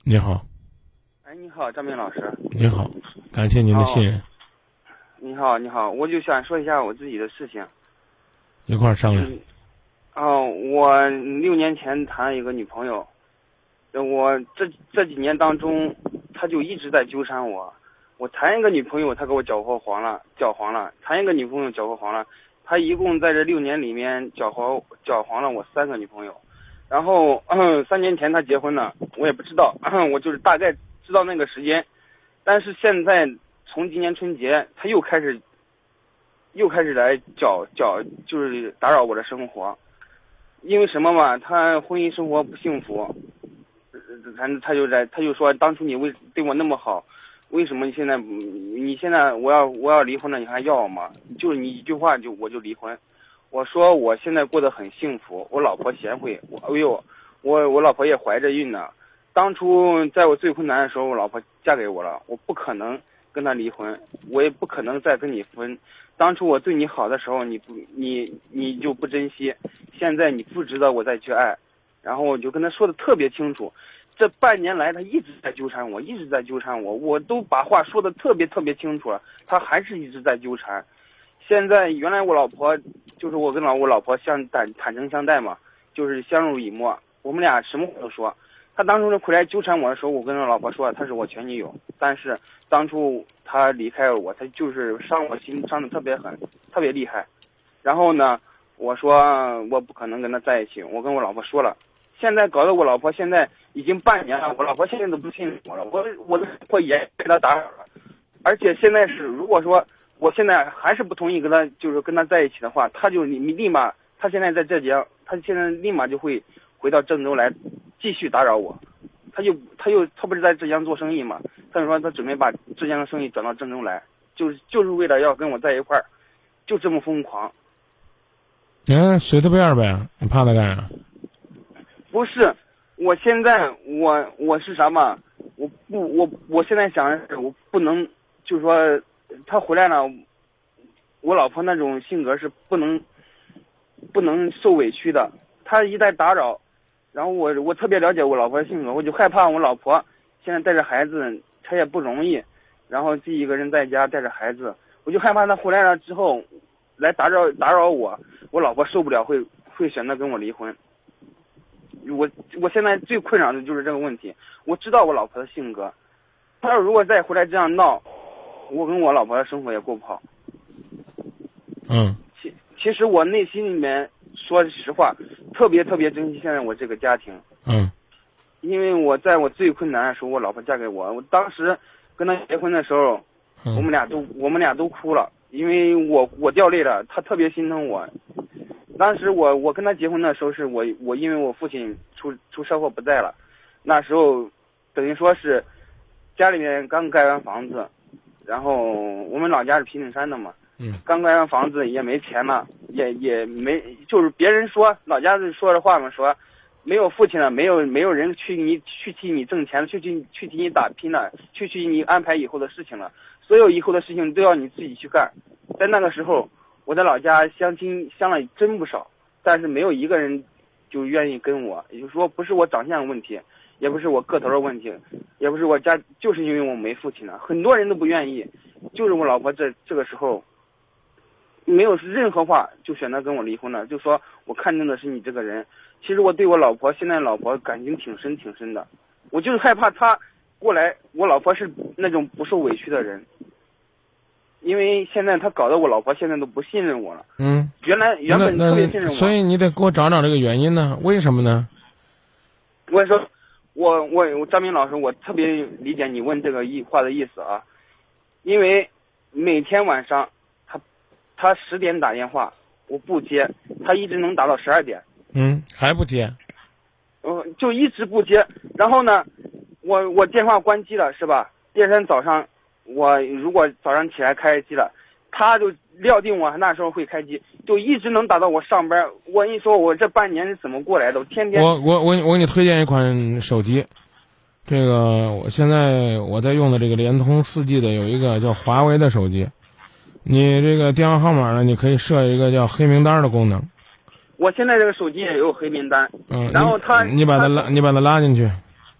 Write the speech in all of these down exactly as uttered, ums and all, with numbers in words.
你好。 哎，你好，张明老师。 你好，感谢您的信任。 你好，你好，我就想说一下我自己的事情。 一块儿商量。 嗯，哦，我六年前谈了一个女朋友，我这这几年当中，她就一直在纠缠我。我谈一个女朋友，她给我搅和黄了，搅黄了；谈一个女朋友，搅和黄了。她一共在这六年里面搅和搅黄了我三个女朋友。然后、嗯、三年前她结婚了，我也不知道，嗯、我就是大概知道那个时间，但是现在从今年春节，她又开始又开始来搅搅，就是打扰我的生活。因为什么嘛？她婚姻生活不幸福，反正她就在，她就说当初你为对我那么好，为什么你现在你现在我要我要离婚了，你还要我吗？就是你一句话就我就离婚。我说我现在过得很幸福，我老婆贤惠，我哎呦，我我老婆也怀着孕呢。当初在我最困难的时候，我老婆嫁给我了，我不可能跟她离婚，我也不可能再跟你分。当初我对你好的时候，你不你你就不珍惜，现在你不值得我再去爱。然后我就跟她说的特别清楚，这半年来她一直在纠缠我，一直在纠缠我，我都把话说的特别特别清楚了，她还是一直在纠缠。现在原来我老婆就是我跟老我老婆相坦坦诚相待嘛，就是相濡以沫，我们俩什么话都说。她当初回来纠缠我的时候，我跟我老婆说她是我前女友，但是当初她离开了我，她就是伤我心伤的特别狠，特别厉害。然后呢，我说我不可能跟她在一起，我跟我老婆说了。现在搞得我老婆现在已经半年了，我老婆现在都不信我了，我我的老婆也被她打扰了，而且现在是如果说我现在还是不同意跟他，就是跟他在一起的话，他就立立马，他现在在浙江，他现在立马就会回到郑州来，继续打扰我。他就他又他不是在浙江做生意嘛，他就说他准备把浙江的生意转到郑州来，就是就是为了要跟我在一块儿，就这么疯狂。 嗯，随他便呗，你怕他干啥？ 不是，我现在我我是啥嘛？我不我我现在想的是我不能，就是说。他回来了，我老婆那种性格是不能不能受委屈的。他一旦打扰，然后我我特别了解我老婆的性格，我就害怕我老婆现在带着孩子，她也不容易，然后自己一个人在家带着孩子，我就害怕她回来了之后来打扰打扰我，我老婆受不了，会会选择跟我离婚。我我现在最困扰的就是这个问题。我知道我老婆的性格，她要如果再回来这样闹，我跟我老婆的生活也过不好。 嗯， 其其实我内心里面说实话，特别特别珍惜现在我这个家庭。 嗯， 因为我在我最困难的时候，我老婆嫁给我，我当时跟她结婚的时候， 嗯、 我们俩都我们俩都哭了，因为我我掉泪了，她特别心疼我。当时我我跟她结婚的时候，是我我因为我父亲出出车祸不在了，那时候等于说是家里面刚盖完房子。然后我们老家是皮岭山的嘛， 嗯， 刚盖完房子也没钱了，也也没，就是别人说老家是说的话嘛，说没有父亲了，没有没有人去你去替你挣钱，去替去替你打拼了，去替你安排以后的事情了，所有以后的事情都要你自己去干。在那个时候，我在老家相亲相了真不少，但是没有一个人就愿意跟我，也就是说不是我长相的问题。也不是我个头的问题，也不是我家，就是因为我没父亲了，很多人都不愿意，就是我老婆这这个时候没有任何话就选择跟我离婚了，就说我看中的是你这个人。其实我对我老婆现在老婆感情挺深挺深的，我就是害怕她过来，我老婆是那种不受委屈的人，因为现在她搞得我老婆现在都不信任我了。 嗯， 原来原本特别信任我， 所以你得给我找找这个原因呢？为什么呢？ 我说。我我我张明老师，我特别理解你问这个意话的意思啊，因为每天晚上他他十点打电话，我不接，他一直能打到十二点， 嗯，还不接， 嗯，就一直不接。然后呢，我我电话关机了是吧？第二天早上，我如果早上起来开机了，他就料定我那时候会开机，就一直能打到我上班。我跟你说，我这半年是怎么过来的？我天天我我我我给你推荐一款手机，这个我现在我在用的这个联通四 G 的有一个叫华为的手机，你这个电话号码呢，你可以设一个叫黑名单的功能。 我现在这个手机也有黑名单， 嗯， 然后他你把它拉，你把它拉进去。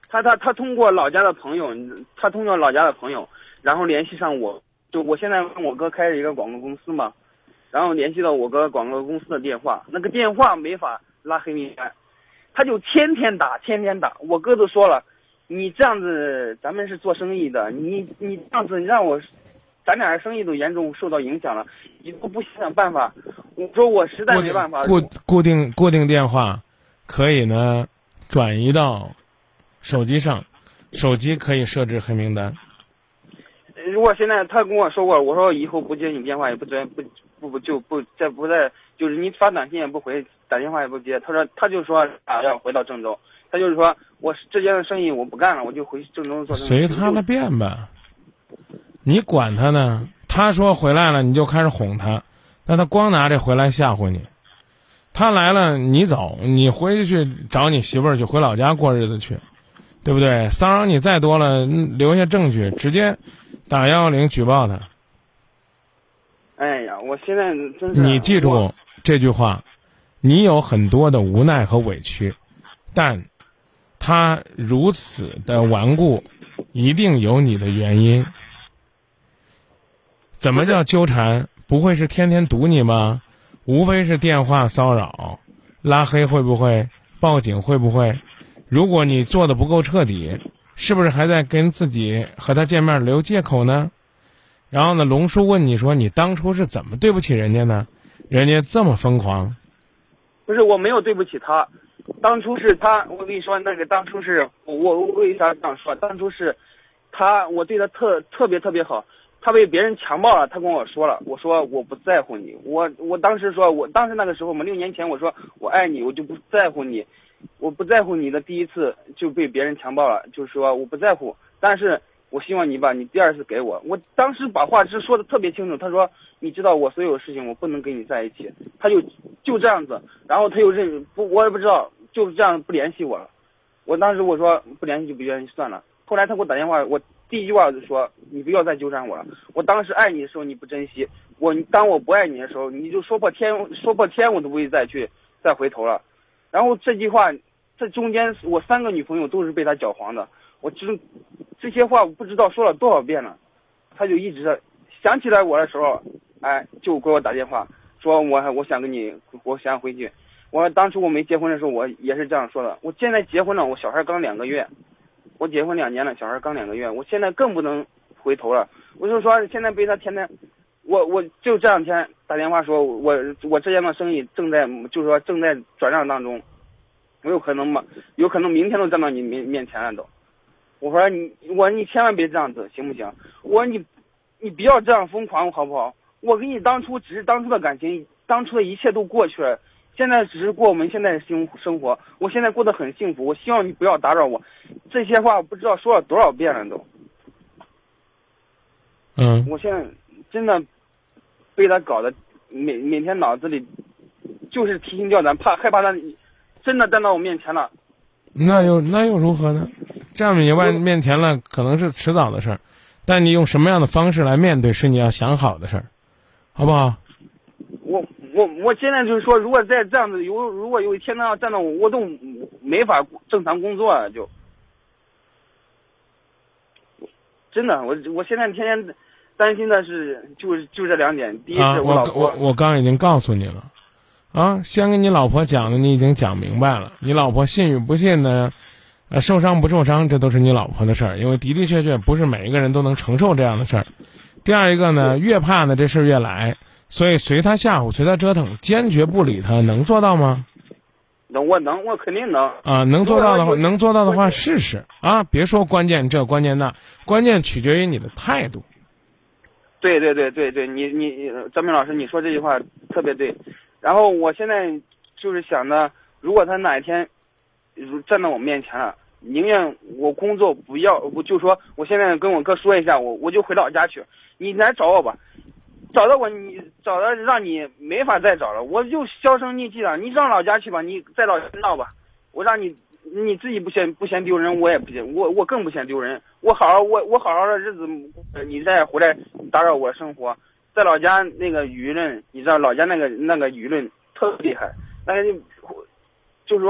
他他他通过老家的朋友，他通过老家的朋友，然后联系上我，就我现在跟我哥开着一个广告公司嘛，然后联系到我哥广告公司的电话，那个电话没法拉黑名单，他就天天打，天天打。我哥都说了，你这样子，咱们是做生意的，你你这样子让我，咱俩生意都严重受到影响了，你都不想想办法。我说我实在没办法。 固固定固定电话，可以呢转移到手机上，手机可以设置黑名单。 如果现在他跟我说过，我说以后不接你电话，也不接不不不就不再不再就是你发短信也不回，打电话也不接。他说他就说啊要回到郑州，他就是说我这间的生意我不干了，我就回郑州做生意。 随他的便吧，你管他呢？他说回来了，你就开始哄他，那他光拿这回来吓唬你。他来了，你走，你回去找你媳妇儿去，回老家过日子去，对不对？骚扰你再多了，留下证据，直接打幺幺零举报他。 哎呀，我现在真是。 你记住这句话，你有很多的无奈和委屈，但他如此的顽固，一定有你的原因。怎么叫纠缠？不会是天天堵你吗？无非是电话骚扰，拉黑会不会？报警会不会？如果你做的不够彻底，是不是还在跟自己和他见面留借口呢？然后呢，龙叔问你说，你当初是怎么对不起人家呢？人家这么疯狂。 不是，我没有对不起他，当初是他，我跟你说那个当初是我我为啥这样说？当初是他，我对他特特别特别好。他被别人强暴了，他跟我说了，我说我不在乎你，我我当时说，我当时那个时候嘛，六年前我说我爱你，我就不在乎你，我不在乎你的第一次就被别人强暴了，就是说我不在乎，但是我希望你把你第二次给我。我当时把话是说的特别清楚，他说你知道我所有事情我不能跟你在一起，他就就这样子，然后他又认不我也不知道就这样不联系我了。我当时我说不联系就不联系算了，后来他给我打电话，我第一句话就说你不要再纠缠我了，我当时爱你的时候你不珍惜我，当我不爱你的时候你就说破天说破天我都不会再去再回头了。然后这句话这中间我三个女朋友都是被他搅黄的，我这这些话我不知道说了多少遍了，他就一直想起来我的时候，哎，就给我打电话说我我想跟你我想回去。我当初我没结婚的时候我也是这样说的，我现在结婚了，我小孩刚两个月，我结婚两年了，小孩刚两个月，我现在更不能回头了。我就说现在被他天天，我我就这两天打电话说我我这样的生意正在就是说正在转让当中，我有可能嘛，有可能明天都站到你面面前了都。我说你我你千万别这样子行不行？我说你你不要这样疯狂好不好？我跟你当初只是当初的感情，当初的一切都过去了，现在只是过我们现在的生生活，我现在过得很幸福，我希望你不要打扰我。这些话不知道说了多少遍了都。 嗯， 我现在真的被他搞得每每天脑子里就是提心吊胆，怕害怕他真的站到我面前了。 那又那又如何呢？站在你外面前了，可能是迟早的事儿，但你用什么样的方式来面对，是你要想好的事儿，好不好？ 我我我现在就是说，如果再这样子有，如果有一天他要站到我，我都没法正常工作了，就真的，我我现在天天担心的是，就是就这两点。第一是我老婆， 啊、我我我刚已经告诉你了，啊，先跟你老婆讲的，你已经讲明白了，你老婆信与不信呢？呃，受伤不受伤，这都是你老婆的事儿，因为的的确确不是每一个人都能承受这样的事儿。第二一个呢，越怕呢这事越来，所以随他吓唬，随他折腾，坚决不理他，能做到吗？ 能，我能，我肯定能啊！能做到的话，能做到的话试试啊！别说关键这关键那，关键取决于你的态度。 对对对对对，你你张明老师，你说这句话特别对。然后我现在就是想着，如果他哪一天站到我面前了，宁愿我工作不要，我就说我现在跟我哥说一下，我我就回老家去，你来找我吧，找到我你找到让你没法再找了，我就销声匿迹了，你上老家去吧，你在老家闹吧，我让你你自己不嫌不嫌丢人，我也不嫌，我我更不嫌丢人，我好好我我好好的日子，你再回来打扰我生活，在老家那个舆论，你知道老家那个那个舆论特别厉害，那个就就是说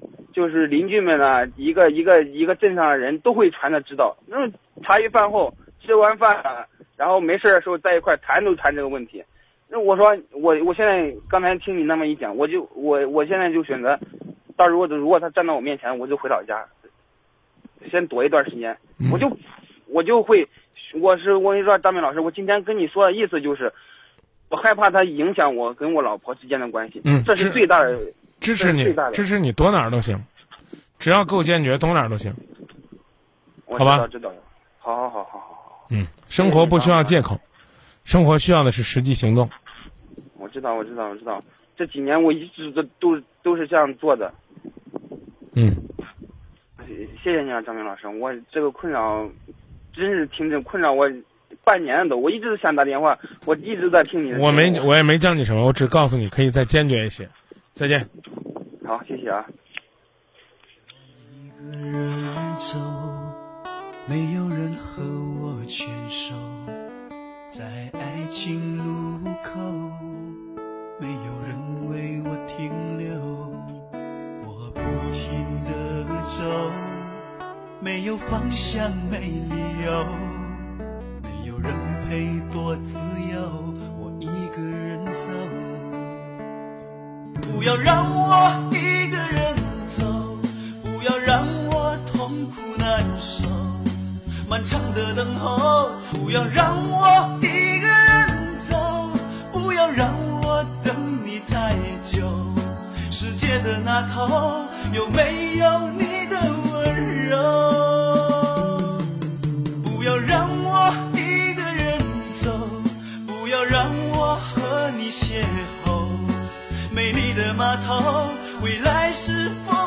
就是邻居们呢，一个一个一个镇上的人都会传的知道。那茶余饭后吃完饭了，然后没事的时候在一块谈都谈这个问题。那我说我我现在刚才听你那么一讲，我就我我现在就选择，到时候如果他站到我面前，我就回老家，先躲一段时间。我就我就会，我是我跟你说，张明老师，我今天跟你说的意思就是，我害怕他影响我跟我老婆之间的关系。 嗯， 这是最大的。 支持你，支持你躲哪儿都行，只要够坚决，躲哪儿都行，好吧？ 知道，知道。好好好好好好。 嗯，生活不需要借口，生活需要的是实际行动。 我知道，我知道，我知道。这几年我一直都都都是这样做的。 嗯。 谢谢你啊，张明老师，我这个困扰，真是听着困扰我半年了都，我一直想打电话，我一直在听你的。 我没，我也没教你什么，我只告诉你可以再坚决一些。再见。 好，谢谢啊。 一个人走，没有人和我牵手，在爱情路口，没有人为我停留。我不停地走，没有方向，没理由，没有人陪多自由，我一个人走。不要让我一个人走，不要让我痛苦难受，漫长的等候。不要让我一个人走，不要让我等你太久。世界的那头有没有你的温柔？不要让我一个人走，不要让我和你邂逅。美丽的码头，未来是否